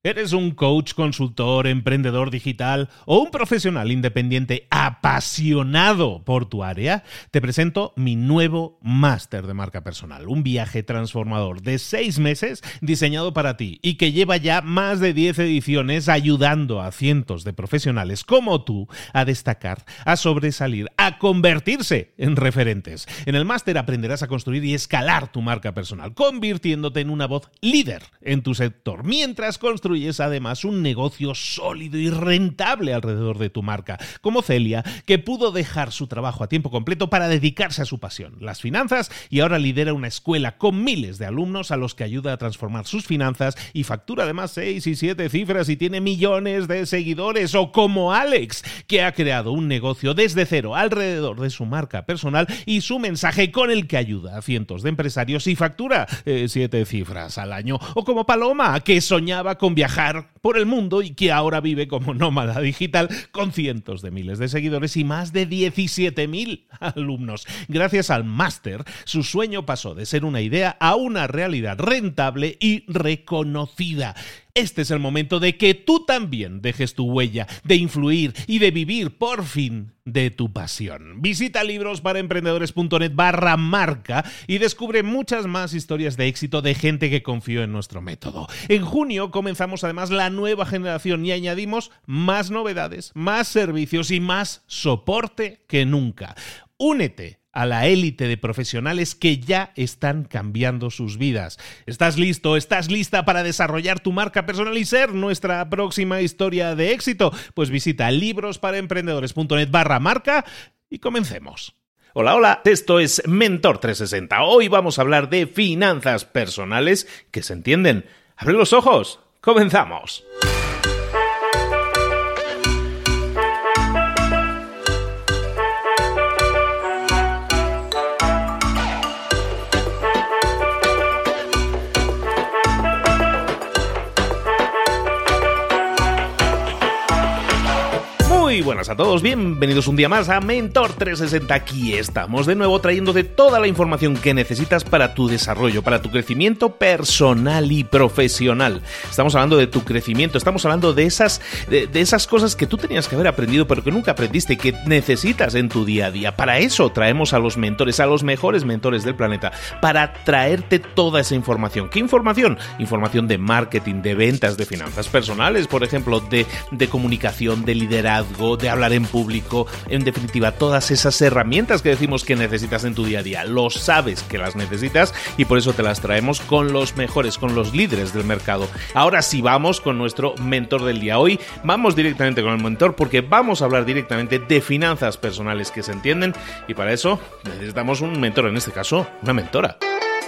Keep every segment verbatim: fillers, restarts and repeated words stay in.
¿Eres un coach, consultor, emprendedor digital o un profesional independiente apasionado por tu área? Te presento mi nuevo máster de marca personal, un viaje transformador de seis meses diseñado para ti y que lleva ya más de diez ediciones ayudando a cientos de profesionales como tú a destacar, a sobresalir, a convertirse en referentes. En el máster aprenderás a construir y escalar tu marca personal, convirtiéndote en una voz líder en tu sector, mientras construyes además un negocio sólido y rentable alrededor de tu marca, como Celia, que pudo dejar su trabajo a tiempo completo para dedicarse a su pasión, las finanzas, y ahora lidera una escuela con miles de alumnos a los que ayuda a transformar sus finanzas y factura además seis y siete cifras y tiene millones de seguidores. O como Alex, que ha creado un negocio desde cero alrededor de su marca personal y su mensaje, con el que ayuda a cientos de empresarios y factura eh, siete cifras al año. O como Paloma, que soñaba con viajar por el mundo y que ahora vive como nómada digital con cientos de miles de seguidores y más de diecisiete mil alumnos. Gracias al máster, su sueño pasó de ser una idea a una realidad rentable y reconocida. Este es el momento de que tú también dejes tu huella, de influir y de vivir por fin de tu pasión. Visita librosparaemprendedores.net barra marca y descubre muchas más historias de éxito de gente que confió en nuestro método. En junio comenzamos además la nueva generación y añadimos más novedades, más servicios y más soporte que nunca. Únete a la élite de profesionales que ya están cambiando sus vidas. ¿Estás listo? ¿Estás lista para desarrollar tu marca personal y ser nuestra próxima historia de éxito? Pues visita librosparaemprendedores.net barra marca y comencemos. Hola, hola, esto es Mentor trescientos sesenta. Hoy vamos a hablar de finanzas personales que se entienden. ¡Abre los ojos! ¡Comenzamos! Muy buenas a todos, bienvenidos un día más a Mentor trescientos sesenta. Aquí estamos de nuevo trayéndote toda la información que necesitas para tu desarrollo, para tu crecimiento personal y profesional. Estamos hablando de tu crecimiento, estamos hablando de esas, de, de esas cosas que tú tenías que haber aprendido pero que nunca aprendiste, que necesitas en tu día a día. Para eso traemos a los mentores, a los mejores mentores del planeta, para traerte toda esa información. ¿Qué información? Información de marketing, de ventas, de finanzas personales, por ejemplo, de, de comunicación, de liderazgo, de hablar en público, en definitiva, todas esas herramientas que decimos que necesitas en tu día a día. Lo sabes que las necesitas y por eso te las traemos con los mejores, con los líderes del mercado. Ahora sí, vamos con nuestro mentor del día. Hoy vamos directamente con el mentor porque vamos a hablar directamente de finanzas personales que se entienden y para eso necesitamos un mentor, en este caso, una mentora.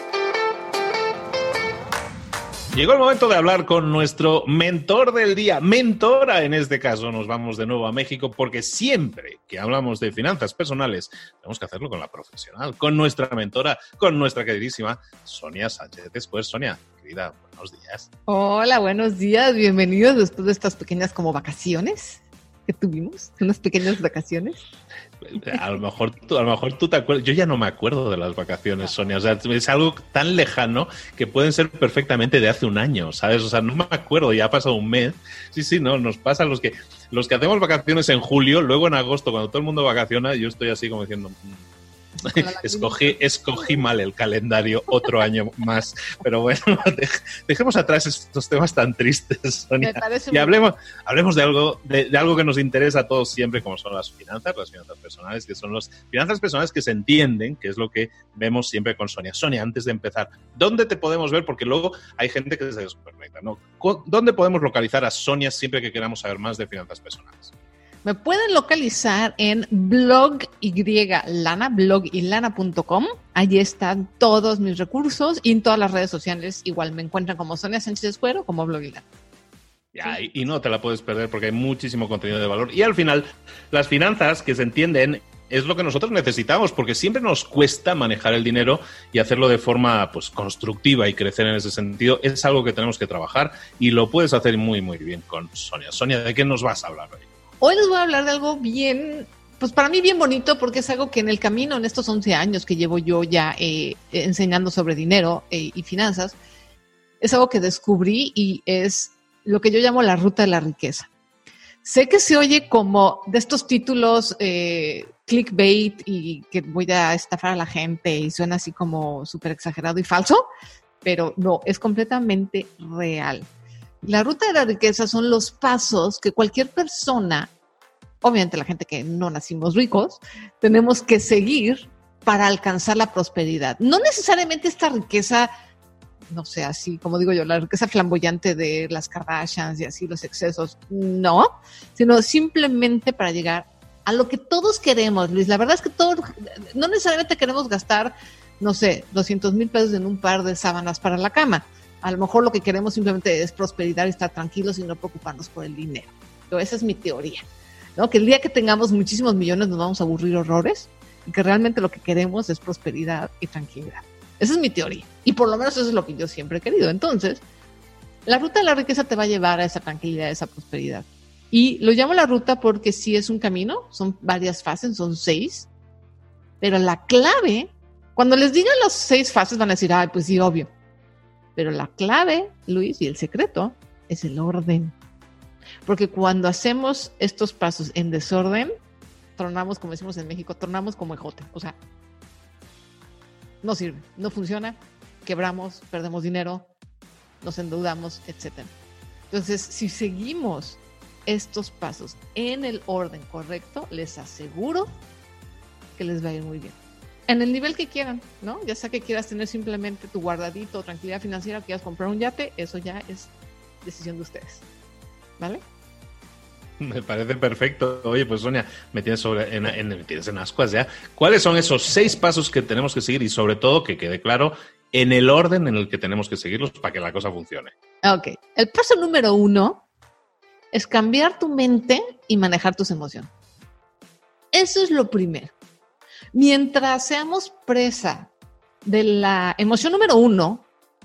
Llegó el momento de hablar con nuestro mentor del día, mentora en este caso. Nos vamos de nuevo a México porque siempre que hablamos de finanzas personales tenemos que hacerlo con la profesional, con nuestra mentora, con nuestra queridísima Sonia Sánchez. Después, Sonia, querida, buenos días. Hola, buenos días, bienvenidos después de estas pequeñas como vacaciones que tuvimos, unas pequeñas vacaciones. A lo mejor tú, a lo mejor tú te acuerdas. Yo ya no me acuerdo de las vacaciones, Sonia. O sea, es algo tan lejano que pueden ser perfectamente de hace un año, ¿sabes? O sea, no me acuerdo, ya ha pasado un mes. Sí, sí, no, nos pasa los que los que hacemos vacaciones en julio, luego en agosto, cuando todo el mundo vacaciona, yo estoy así como diciendo... Escogí, escogí mal el calendario otro año más, pero bueno, dejemos atrás estos temas tan tristes, Sonia, y hablemos, hablemos de algo de, de algo que nos interesa a todos siempre, como son las finanzas, las finanzas personales, que son las finanzas personales que se entienden, que es lo que vemos siempre con Sonia. Sonia, antes de empezar, ¿dónde te podemos ver? Porque luego hay gente que se desconecta, ¿no? ¿Dónde podemos localizar a Sonia siempre que queramos saber más de finanzas personales? Me pueden localizar en blog y lana, blog y lana punto com. Allí están todos mis recursos y en todas las redes sociales igual me encuentran como Sonia Sánchez Escuero, como blog y lana. Ya, sí. y, y no te la puedes perder porque hay muchísimo contenido de valor. Y al final, las finanzas que se entienden es lo que nosotros necesitamos, porque siempre nos cuesta manejar el dinero y hacerlo de forma pues constructiva y crecer en ese sentido. Es algo que tenemos que trabajar y lo puedes hacer muy, muy bien con Sonia. Sonia, ¿de qué nos vas a hablar hoy? Hoy les voy a hablar de algo bien, pues para mí bien bonito, porque es algo que en el camino, en estos once años que llevo yo ya eh, enseñando sobre dinero eh, y finanzas, es algo que descubrí y es lo que yo llamo la ruta de la riqueza. Sé que se oye como de estos títulos eh, clickbait y que voy a estafar a la gente y suena así como súper exagerado y falso, pero no, es completamente real. La ruta de la riqueza son los pasos que cualquier persona, obviamente la gente que no nacimos ricos, tenemos que seguir para alcanzar la prosperidad. No necesariamente esta riqueza, no sé, así como digo yo, la riqueza flamboyante de las Kardashians y así los excesos, no, sino simplemente para llegar a lo que todos queremos, Luis. La verdad es que todos, no necesariamente queremos gastar, no sé, doscientos mil pesos en un par de sábanas para la cama. A lo mejor lo que queremos simplemente es prosperidad y estar tranquilos y no preocuparnos por el dinero. Pero esa es mi teoría, ¿no? Que el día que tengamos muchísimos millones nos vamos a aburrir horrores y que realmente lo que queremos es prosperidad y tranquilidad. Esa es mi teoría. Y por lo menos eso es lo que yo siempre he querido. Entonces, la ruta de la riqueza te va a llevar a esa tranquilidad, a esa prosperidad. Y lo llamo la ruta porque sí es un camino, son varias fases, son seis. Pero la clave, cuando les digan las seis fases van a decir, ay, pues sí, obvio. Pero la clave, Luis, y el secreto, es el orden. Porque cuando hacemos estos pasos en desorden, tronamos, como decimos en México, tronamos como ejote. O sea, no sirve, no funciona, quebramos, perdemos dinero, nos endeudamos, etcétera. Entonces, si seguimos estos pasos en el orden correcto, les aseguro que les va a ir muy bien. En el nivel que quieran, ¿no? Ya sea que quieras tener simplemente tu guardadito, tranquilidad financiera, quieras comprar un yate, eso ya es decisión de ustedes, ¿vale? Me parece perfecto. Oye, pues Sonia, me tienes, sobre, en, en, me tienes en ascuas ya. ¿Cuáles son esos seis pasos que tenemos que seguir? Y sobre todo, que quede claro, en el orden en el que tenemos que seguirlos para que la cosa funcione. Ok. El paso número uno es cambiar tu mente y manejar tus emociones. Eso es lo primero. Mientras seamos presa de la emoción número uno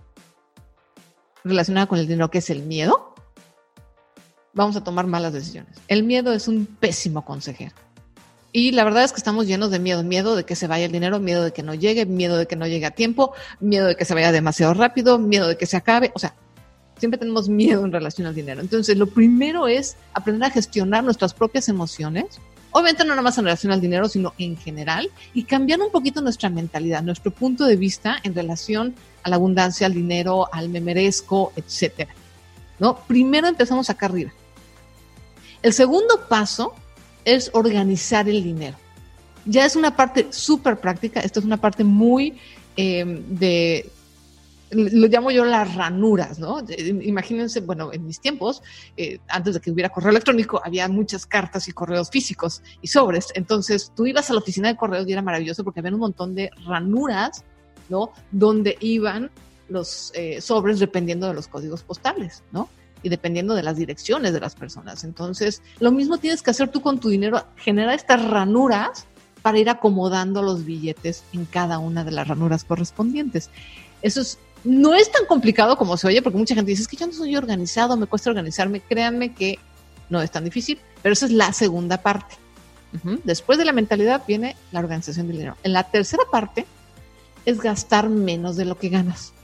relacionada con el dinero, que es el miedo, vamos a tomar malas decisiones. El miedo es un pésimo consejero. Y la verdad es que estamos llenos de miedo. Miedo de que se vaya el dinero, miedo de que no llegue, miedo de que no llegue a tiempo, miedo de que se vaya demasiado rápido, miedo de que se acabe. O sea, siempre tenemos miedo en relación al dinero. Entonces, lo primero es aprender a gestionar nuestras propias emociones. Obviamente no nada más en relación al dinero, sino en general, y cambiar un poquito nuestra mentalidad, nuestro punto de vista en relación a la abundancia, al dinero, al me merezco, etcétera, ¿no? Primero empezamos acá arriba. El segundo paso es organizar el dinero. Ya es una parte súper práctica. Esto es una parte muy eh, de... lo llamo yo las ranuras, ¿no? Imagínense, bueno, en mis tiempos, eh, antes de que hubiera correo electrónico, había muchas cartas y correos físicos y sobres. Entonces, tú ibas a la oficina de correos y era maravilloso porque había un montón de ranuras, ¿no? Donde iban los eh, sobres dependiendo de los códigos postales, ¿no? Y dependiendo de las direcciones de las personas. Entonces, lo mismo tienes que hacer tú con tu dinero, generar estas ranuras para ir acomodando los billetes en cada una de las ranuras correspondientes. Eso es No es tan complicado como se oye, porque mucha gente dice, es que yo no soy organizado, me cuesta organizarme. Créanme que no es tan difícil, pero esa es la segunda parte. Uh-huh. Después de la mentalidad viene la organización del dinero. En la tercera parte es gastar menos de lo que ganas.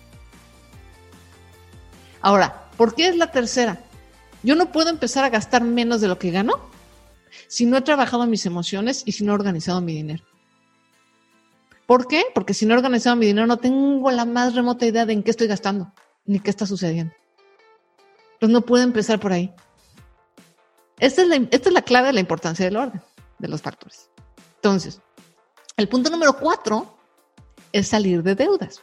Ahora, ¿por qué es la tercera? Yo no puedo empezar a gastar menos de lo que gano si no he trabajado mis emociones y si no he organizado mi dinero. ¿Por qué? Porque si no he organizado mi dinero no tengo la más remota idea de en qué estoy gastando, ni qué está sucediendo. Entonces no puedo empezar por ahí. Esta es la, esta es la clave de la importancia del orden, de los factores. Entonces, el punto número cuatro es salir de deudas.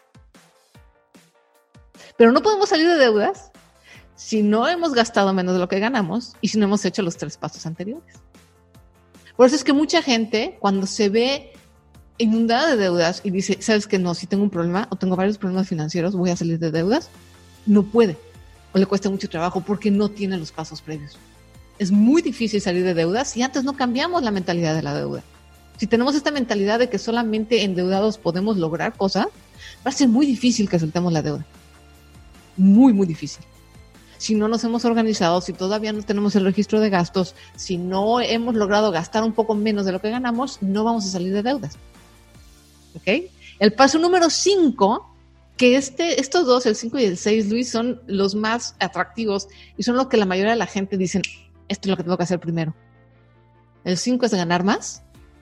Pero no podemos salir de deudas si no hemos gastado menos de lo que ganamos y si no hemos hecho los tres pasos anteriores. Por eso es que mucha gente, cuando se ve inundada de deudas y dice, ¿sabes qué? No, si tengo un problema o tengo varios problemas financieros, voy a salir de deudas, no puede o le cuesta mucho trabajo porque no tiene los pasos previos. Es muy difícil salir de deudas si antes no cambiamos la mentalidad de la deuda. Si tenemos esta mentalidad de que solamente endeudados podemos lograr cosas, va a ser muy difícil que soltemos la deuda. Muy, muy difícil. Si no nos hemos organizado, si todavía no tenemos el registro de gastos, si no hemos logrado gastar un poco menos de lo que ganamos, no vamos a salir de deudas. ¿Ok? El paso número cinco que este, estos dos, el cinco y el seis, Luis, son los más atractivos y son lo que la mayoría de la gente dicen, esto es lo que tengo que hacer primero. El cinco es ganar más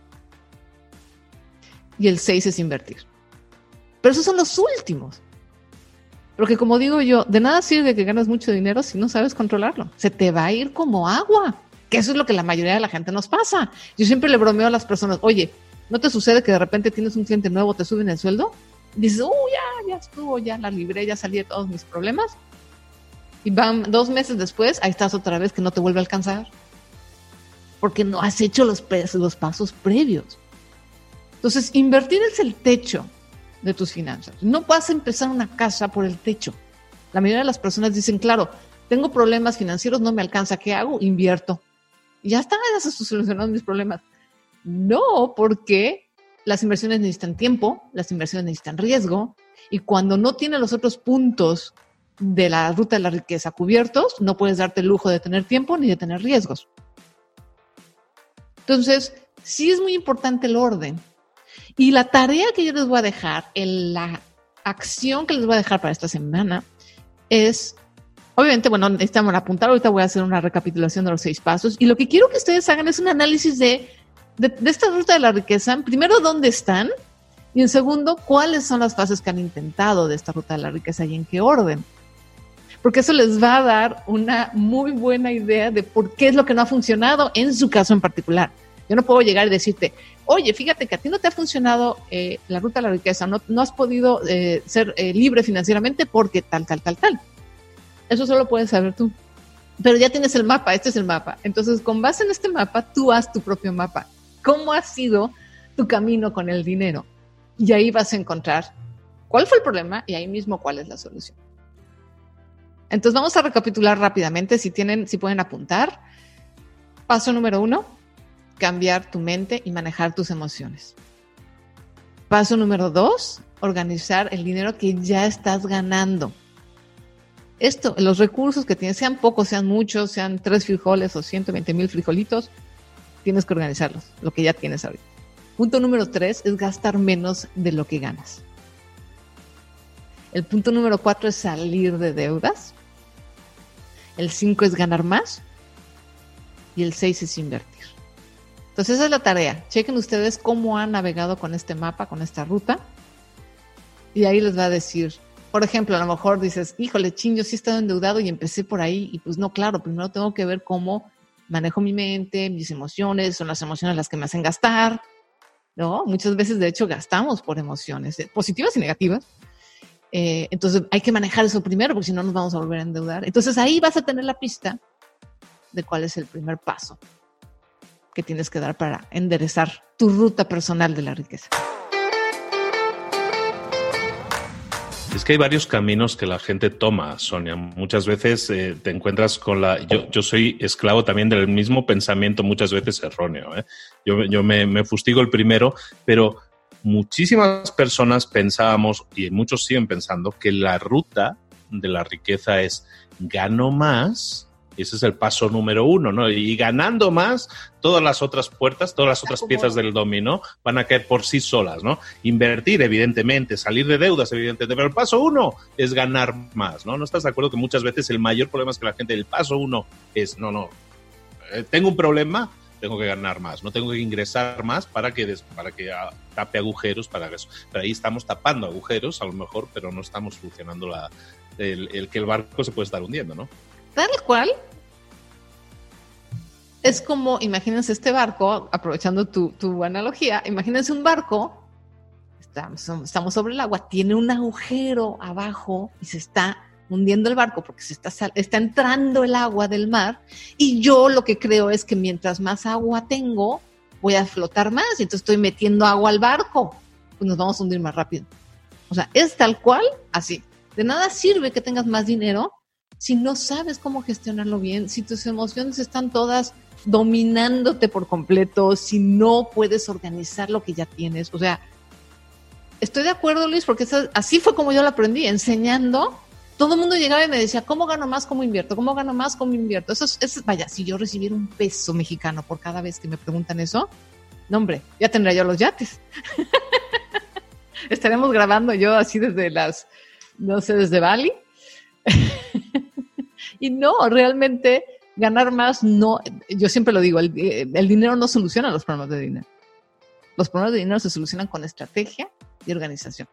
y el seis es invertir. Pero esos son los últimos. Porque como digo yo, de nada sirve que ganes mucho dinero si no sabes controlarlo. Se te va a ir como agua, que eso es lo que la mayoría de la gente nos pasa. Yo siempre le bromeo a las personas, oye, ¿no te sucede que de repente tienes un cliente nuevo, te suben el sueldo? Y dices, oh, ya, ya estuvo, ya la libré, ya salí de todos mis problemas. Y van dos meses después, ahí estás otra vez que no te vuelve a alcanzar. Porque no has hecho los, los pasos previos. Entonces, invertir es el techo de tus finanzas. No vas a empezar una casa por el techo. La mayoría de las personas dicen, claro, tengo problemas financieros, no me alcanza, ¿qué hago? Invierto. Y ya está, ya se solucionaron mis problemas. No, porque las inversiones necesitan tiempo, las inversiones necesitan riesgo, y cuando no tienes los otros puntos de la ruta de la riqueza cubiertos, no puedes darte el lujo de tener tiempo ni de tener riesgos. Entonces, sí es muy importante el orden. Y la tarea que yo les voy a dejar, la acción que les voy a dejar para esta semana es, obviamente, bueno, necesitamos apuntar, ahorita voy a hacer una recapitulación de los seis pasos y lo que quiero que ustedes hagan es un análisis de, de, de esta ruta de la riqueza. Primero, ¿dónde están? Y en segundo, ¿cuáles son las fases que han intentado de esta ruta de la riqueza y en qué orden? Porque eso les va a dar una muy buena idea de por qué es lo que no ha funcionado en su caso en particular. Yo no puedo llegar y decirte, oye, fíjate que a ti no te ha funcionado eh, la ruta de la riqueza, no, no has podido eh, ser eh, libre financieramente porque tal, tal, tal, tal. Eso solo puedes saber tú. Pero ya tienes el mapa, este es el mapa. Entonces, con base en este mapa, tú haz tu propio mapa. ¿Cómo ha sido tu camino con el dinero? Y ahí vas a encontrar cuál fue el problema y ahí mismo cuál es la solución. Entonces, vamos a recapitular rápidamente, si tienen, si pueden apuntar. Paso número uno, cambiar tu mente y manejar tus emociones. Paso número dos, organizar el dinero que ya estás ganando. Esto, los recursos que tienes, sean pocos, sean muchos, sean tres frijoles o ciento veinte mil frijolitos, tienes que organizarlos, lo que ya tienes ahorita. Punto número tres es gastar menos de lo que ganas. El punto número cuatro es salir de deudas. El cinco es ganar más. Y el seis es invertir. Entonces esa es la tarea. Chequen ustedes cómo han navegado con este mapa, con esta ruta. Y ahí les va a decir, por ejemplo, a lo mejor dices, híjole, chin, yo sí he estado endeudado y empecé por ahí. Y pues no, claro, primero tengo que ver cómo manejo mi mente, mis emociones, son las emociones las que me hacen gastar, ¿no? Muchas veces, de hecho, gastamos por emociones, positivas y negativas. Eh, entonces hay que manejar eso primero, porque si no nos vamos a volver a endeudar. Entonces ahí vas a tener la pista de cuál es el primer paso que tienes que dar para enderezar tu ruta personal de la riqueza. Es que hay varios caminos que la gente toma, Sonia. Muchas veces eh, te encuentras con la... Yo, yo soy esclavo también del mismo pensamiento, muchas veces erróneo, ¿eh? Yo, yo me, me fustigo el primero, pero muchísimas personas pensábamos, y muchos siguen pensando, que la ruta de la riqueza es gano más. Ese es el paso número uno, ¿no? Y ganando más, todas las otras puertas, todas las otras piezas del dominó van a caer por sí solas, ¿no? Invertir, evidentemente, salir de deudas, evidentemente, pero el paso uno es ganar más, ¿no? ¿No estás de acuerdo que muchas veces el mayor problema es que la gente, el paso uno es, no, no, eh, tengo un problema, tengo que ganar más, no tengo que ingresar más para que, des, para que a, tape agujeros, para eso. Pero ahí estamos tapando agujeros, a lo mejor, pero no estamos solucionando la, el, el que el barco se puede estar hundiendo, ¿no? Tal cual. Es como, imagínense este barco, aprovechando tu, tu analogía, imagínense un barco, estamos, estamos sobre el agua, tiene un agujero abajo y se está hundiendo el barco porque se está, está entrando el agua del mar, y yo lo que creo es que mientras más agua tengo, voy a flotar más, y entonces estoy metiendo agua al barco, pues nos vamos a hundir más rápido. O sea, es tal cual, así. De nada sirve que tengas más dinero si no sabes cómo gestionarlo bien, si tus emociones están todas dominándote por completo, si no puedes organizar lo que ya tienes. O sea, estoy de acuerdo, Luis, porque eso, así fue como yo lo aprendí, enseñando. Todo el mundo llegaba y me decía, ¿cómo gano más? ¿Cómo invierto? ¿Cómo gano más? ¿Cómo invierto? Eso es, eso, vaya, si yo recibiera un peso mexicano por cada vez que me preguntan eso, no, hombre, ya tendría yo los yates. Estaremos grabando yo así desde las no sé, desde Bali. Y no, realmente ganar más no, yo siempre lo digo, el, el dinero no soluciona los problemas de dinero. Los problemas de dinero se solucionan con estrategia y organización.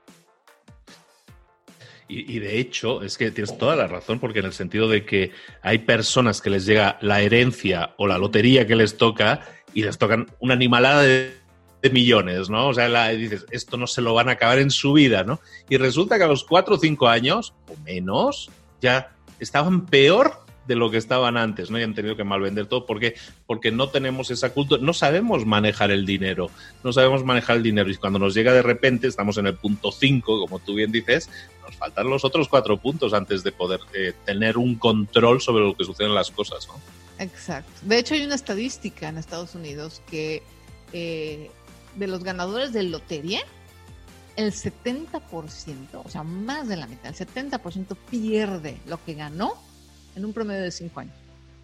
Y, y de hecho, es que tienes toda la razón, porque en el sentido de que hay personas que les llega la herencia o la lotería que les toca y les tocan una animalada de, de millones, ¿no? O sea, la, dices, esto no se lo van a acabar en su vida, ¿no? Y resulta que a los cuatro o cinco años, o menos, ya estaban peor de lo que estaban antes, ¿no? Y han tenido que malvender todo porque, porque no tenemos esa cultura, no sabemos manejar el dinero, no sabemos manejar el dinero y cuando nos llega de repente, estamos en el punto cinco, como tú bien dices, nos faltan los otros cuatro puntos antes de poder eh, tener un control sobre lo que suceden las cosas, ¿no? Exacto. De hecho, hay una estadística en Estados Unidos que eh, de los ganadores de lotería, el setenta por ciento, o sea, más de la mitad, el setenta por ciento pierde lo que ganó en un promedio de cinco años.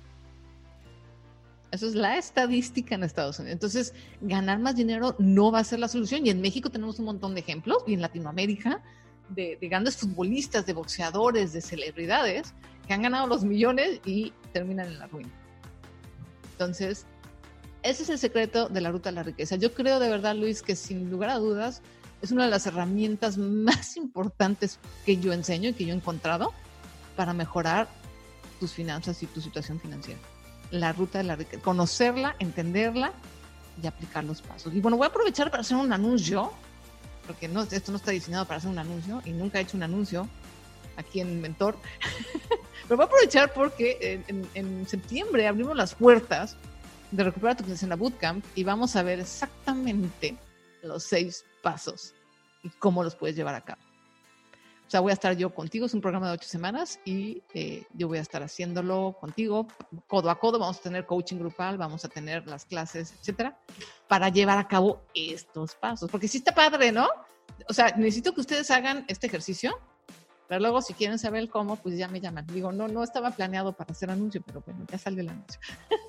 Eso es la estadística en Estados Unidos. Entonces, ganar más dinero no va a ser la solución. Y en México tenemos un montón de ejemplos, y en Latinoamérica, de, de grandes futbolistas, de boxeadores, de celebridades, que han ganado los millones y terminan en la ruina. Entonces, ese es el secreto de la ruta a la riqueza. Yo creo de verdad, Luis, que sin lugar a dudas, es una de las herramientas más importantes que yo enseño y que yo he encontrado para mejorar tus finanzas y tu situación financiera. La ruta de la riqueza, conocerla, entenderla y aplicar los pasos. Y bueno, voy a aprovechar para hacer un anuncio, porque no, esto no está diseñado para hacer un anuncio y nunca he hecho un anuncio aquí en Mentor. Pero voy a aprovechar porque en, en, en septiembre abrimos las puertas de Recupera tu Quincena Bootcamp y vamos a ver exactamente los seis pasos y cómo los puedes llevar a cabo. O sea, voy a estar yo contigo, es un programa de ocho semanas y eh, yo voy a estar haciéndolo contigo, codo a codo, vamos a tener coaching grupal, vamos a tener las clases, etcétera, para llevar a cabo estos pasos. Porque sí está padre, ¿no? O sea, necesito que ustedes hagan este ejercicio, pero luego si quieren saber el cómo, pues ya me llaman. Digo, no, no estaba planeado para hacer anuncio, pero bueno, ya salió el anuncio.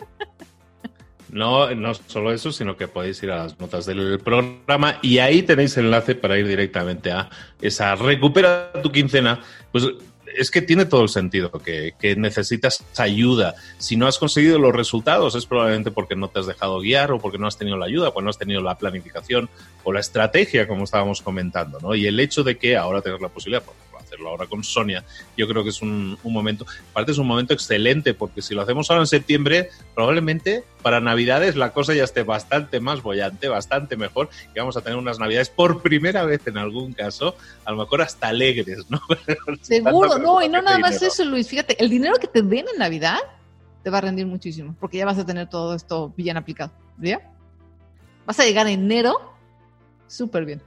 No, no solo eso, sino que podéis ir a las notas del programa y ahí tenéis el enlace para ir directamente a esa Recupera tu Quincena. Pues es que tiene todo el sentido, que, que necesitas ayuda. Si no has conseguido los resultados es probablemente porque no te has dejado guiar o porque no has tenido la ayuda, porque no has tenido la planificación o la estrategia, como estábamos comentando, ¿no? Y el hecho de que ahora tengas la posibilidad, por ejemplo, hacerlo ahora con Sonia, yo creo que es un, un momento, aparte es un momento excelente, porque si lo hacemos ahora en septiembre, probablemente para Navidades la cosa ya esté bastante más bollante, bastante mejor, y vamos a tener unas Navidades por primera vez en algún caso, a lo mejor hasta alegres, ¿no? Seguro, no, y no nada más eso, Luis, fíjate, el dinero que te den en Navidad te va a rendir muchísimo, porque ya vas a tener todo esto bien aplicado, ¿ya? Vas a llegar en enero súper bien.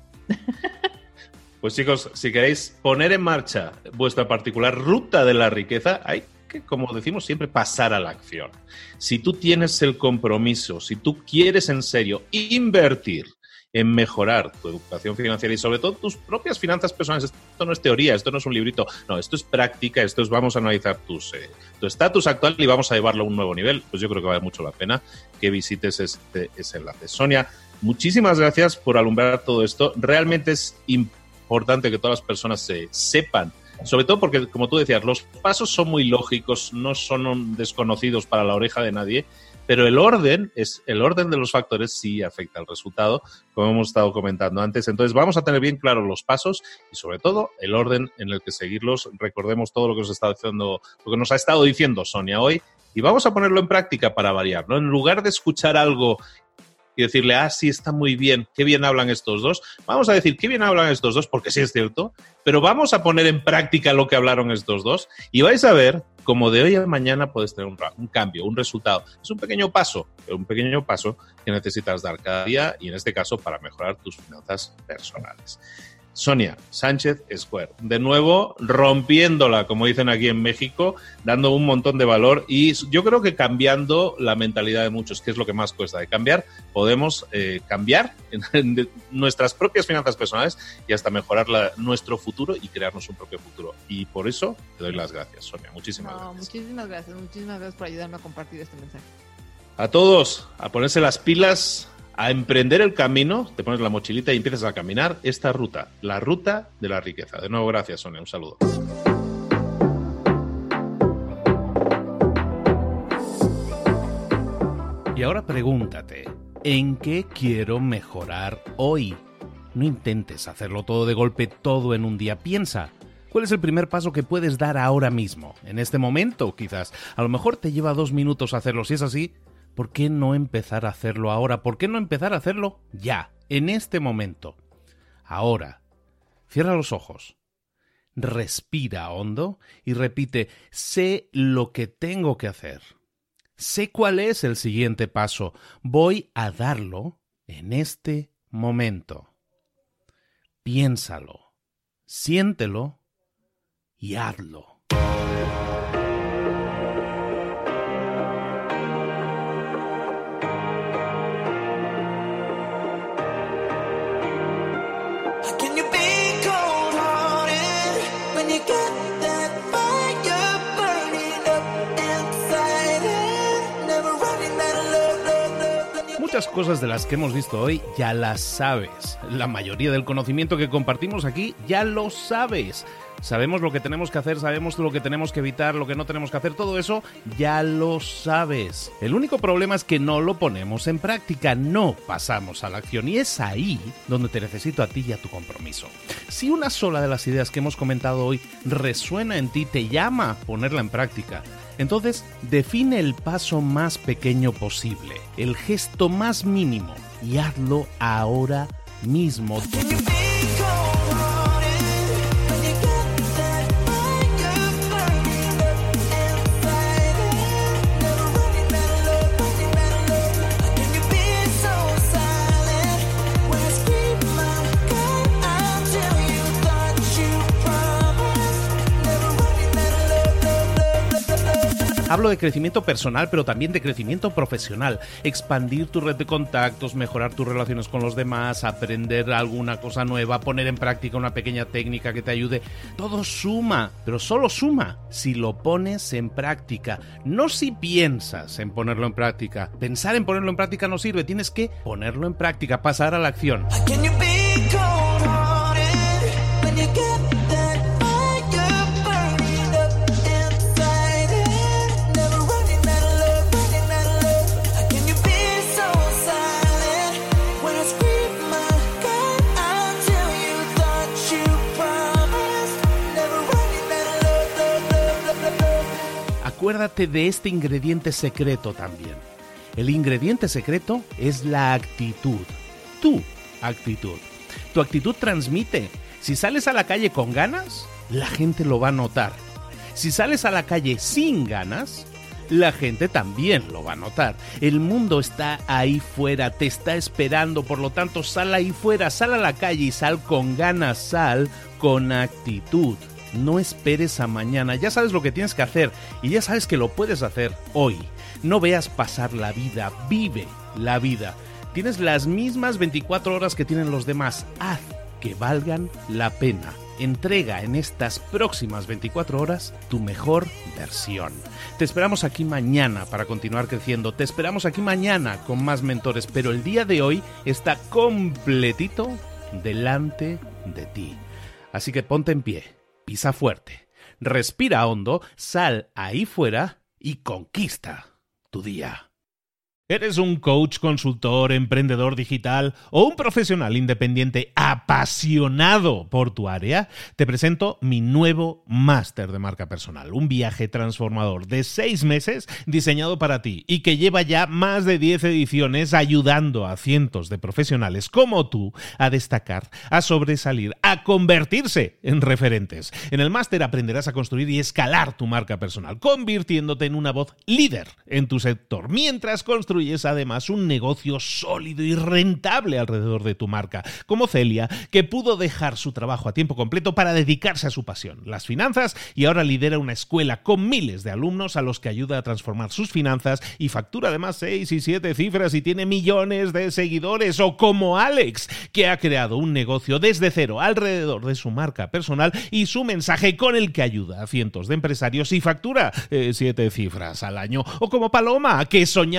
Pues chicos, si queréis poner en marcha vuestra particular ruta de la riqueza, hay que, como decimos siempre, pasar a la acción. Si tú tienes el compromiso, si tú quieres en serio invertir en mejorar tu educación financiera y sobre todo tus propias finanzas personales, esto no es teoría, esto no es un librito, no, esto es práctica, esto es vamos a analizar tus, eh, tu estatus actual y vamos a llevarlo a un nuevo nivel, pues yo creo que vale mucho la pena que visites este, ese enlace. Sonia, muchísimas gracias por alumbrar todo esto, realmente es importante importante que todas las personas se sepan, sobre todo porque, como tú decías, los pasos son muy lógicos, no son desconocidos para la oreja de nadie, pero el orden, es el orden de los factores sí afecta al resultado, como hemos estado comentando antes. Entonces vamos a tener bien claros los pasos y sobre todo el orden en el que seguirlos. Recordemos todo lo que os está diciendo, lo que nos ha estado diciendo Sonia hoy y vamos a ponerlo en práctica para variar, ¿no? En lugar de escuchar algo y decirle, ah, sí, está muy bien, qué bien hablan estos dos. Vamos a decir, qué bien hablan estos dos, porque sí es cierto, pero vamos a poner en práctica lo que hablaron estos dos y vais a ver cómo de hoy a mañana puedes tener un, un cambio, un resultado. Es un pequeño paso, un pequeño paso que necesitas dar cada día y en este caso para mejorar tus finanzas personales. Sonia Sánchez Square, de nuevo rompiéndola, como dicen aquí en México, dando un montón de valor y yo creo que cambiando la mentalidad de muchos, que es lo que más cuesta de cambiar, podemos eh, cambiar en, en nuestras propias finanzas personales y hasta mejorar la, nuestro futuro y crearnos un propio futuro. Y por eso te doy las gracias, Sonia. Muchísimas no, gracias. Muchísimas gracias, muchísimas gracias por ayudarme a compartir este mensaje. A todos, a ponerse las pilas, a emprender el camino, te pones la mochilita y empiezas a caminar esta ruta, la ruta de la riqueza. De nuevo, gracias, Sonia. Un saludo. Y ahora pregúntate, ¿en qué quiero mejorar hoy? No intentes hacerlo todo de golpe, todo en un día. Piensa, ¿cuál es el primer paso que puedes dar ahora mismo? En este momento, quizás. A lo mejor te lleva dos minutos hacerlo. Si es así, ¿por qué no empezar a hacerlo ahora? ¿Por qué no empezar a hacerlo ya, en este momento? Ahora, cierra los ojos, respira hondo y repite, sé lo que tengo que hacer. Sé cuál es el siguiente paso. Voy a darlo en este momento. Piénsalo, siéntelo y hazlo. Muchas cosas de las que hemos visto hoy ya las sabes. La mayoría del conocimiento que compartimos aquí ya lo sabes. Sabemos lo que tenemos que hacer, sabemos lo que tenemos que evitar, lo que no tenemos que hacer, todo eso ya lo sabes. El único problema es que no lo ponemos en práctica, no pasamos a la acción y es ahí donde te necesito a ti y a tu compromiso. Si una sola de las ideas que hemos comentado hoy resuena en ti, te llama a ponerla en práctica, entonces define el paso más pequeño posible, el gesto más mínimo y hazlo ahora mismo. Hablo de crecimiento personal, pero también de crecimiento profesional. Expandir tu red de contactos, mejorar tus relaciones con los demás, aprender alguna cosa nueva, poner en práctica una pequeña técnica que te ayude. Todo suma, pero solo suma si lo pones en práctica. No si piensas en ponerlo en práctica. Pensar en ponerlo en práctica no sirve. Tienes que ponerlo en práctica, pasar a la acción. Acuérdate de este ingrediente secreto también. El ingrediente secreto es la actitud. Tu actitud. Tu actitud transmite. Si sales a la calle con ganas, la gente lo va a notar. Si sales a la calle sin ganas, la gente también lo va a notar. El mundo está ahí fuera, te está esperando, por lo tanto sal ahí fuera, sal a la calle y sal con ganas, sal con actitud. No esperes a mañana, ya sabes lo que tienes que hacer y ya sabes que lo puedes hacer hoy. No veas pasar la vida, vive la vida. Tienes las mismas veinticuatro horas que tienen los demás, haz que valgan la pena. Entrega en estas próximas veinticuatro horas tu mejor versión. Te esperamos aquí mañana para continuar creciendo, te esperamos aquí mañana con más mentores, pero el día de hoy está completito delante de ti. Así que ponte en pie. Pisa fuerte, respira hondo, sal ahí fuera y conquista tu día. ¿Eres un coach, consultor, emprendedor digital o un profesional independiente apasionado por tu área? Te presento mi nuevo máster de marca personal, un viaje transformador de seis meses diseñado para ti y que lleva ya más de diez ediciones ayudando a cientos de profesionales como tú a destacar, a sobresalir, a convertirse en referentes. En el máster aprenderás a construir y escalar tu marca personal, convirtiéndote en una voz líder en tu sector, mientras construyes además un negocio sólido y rentable alrededor de tu marca, como Celia, que pudo dejar su trabajo a tiempo completo para dedicarse a su pasión, las finanzas, y ahora lidera una escuela con miles de alumnos a los que ayuda a transformar sus finanzas y factura además seis y siete cifras y tiene millones de seguidores, o como Alex, que ha creado un negocio desde cero alrededor de su marca personal y su mensaje con el que ayuda a cientos de empresarios y factura eh, siete cifras al año, o como Paloma, que soñaba con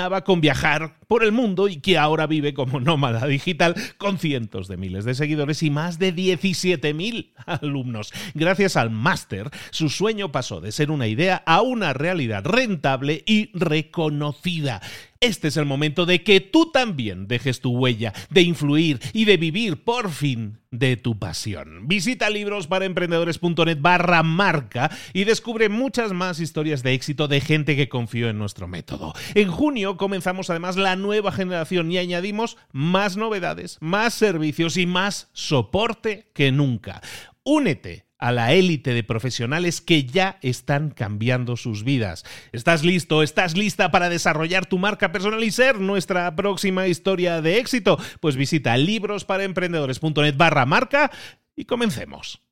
viajar por el mundo y que ahora vive como nómada digital con cientos de miles de seguidores y más de diecisiete mil alumnos. Gracias al máster, su sueño pasó de ser una idea a una realidad rentable y reconocida. Este es el momento de que tú también dejes tu huella, de influir y de vivir, por fin, de tu pasión. Visita librosparaemprendedores.net barra marca y descubre muchas más historias de éxito de gente que confió en nuestro método. En junio comenzamos además la nueva generación y añadimos más novedades, más servicios y más soporte que nunca. Únete a la élite de profesionales que ya están cambiando sus vidas. ¿Estás listo? ¿Estás lista para desarrollar tu marca personal y ser nuestra próxima historia de éxito? Pues visita librosparaemprendedores.net barra marca y comencemos.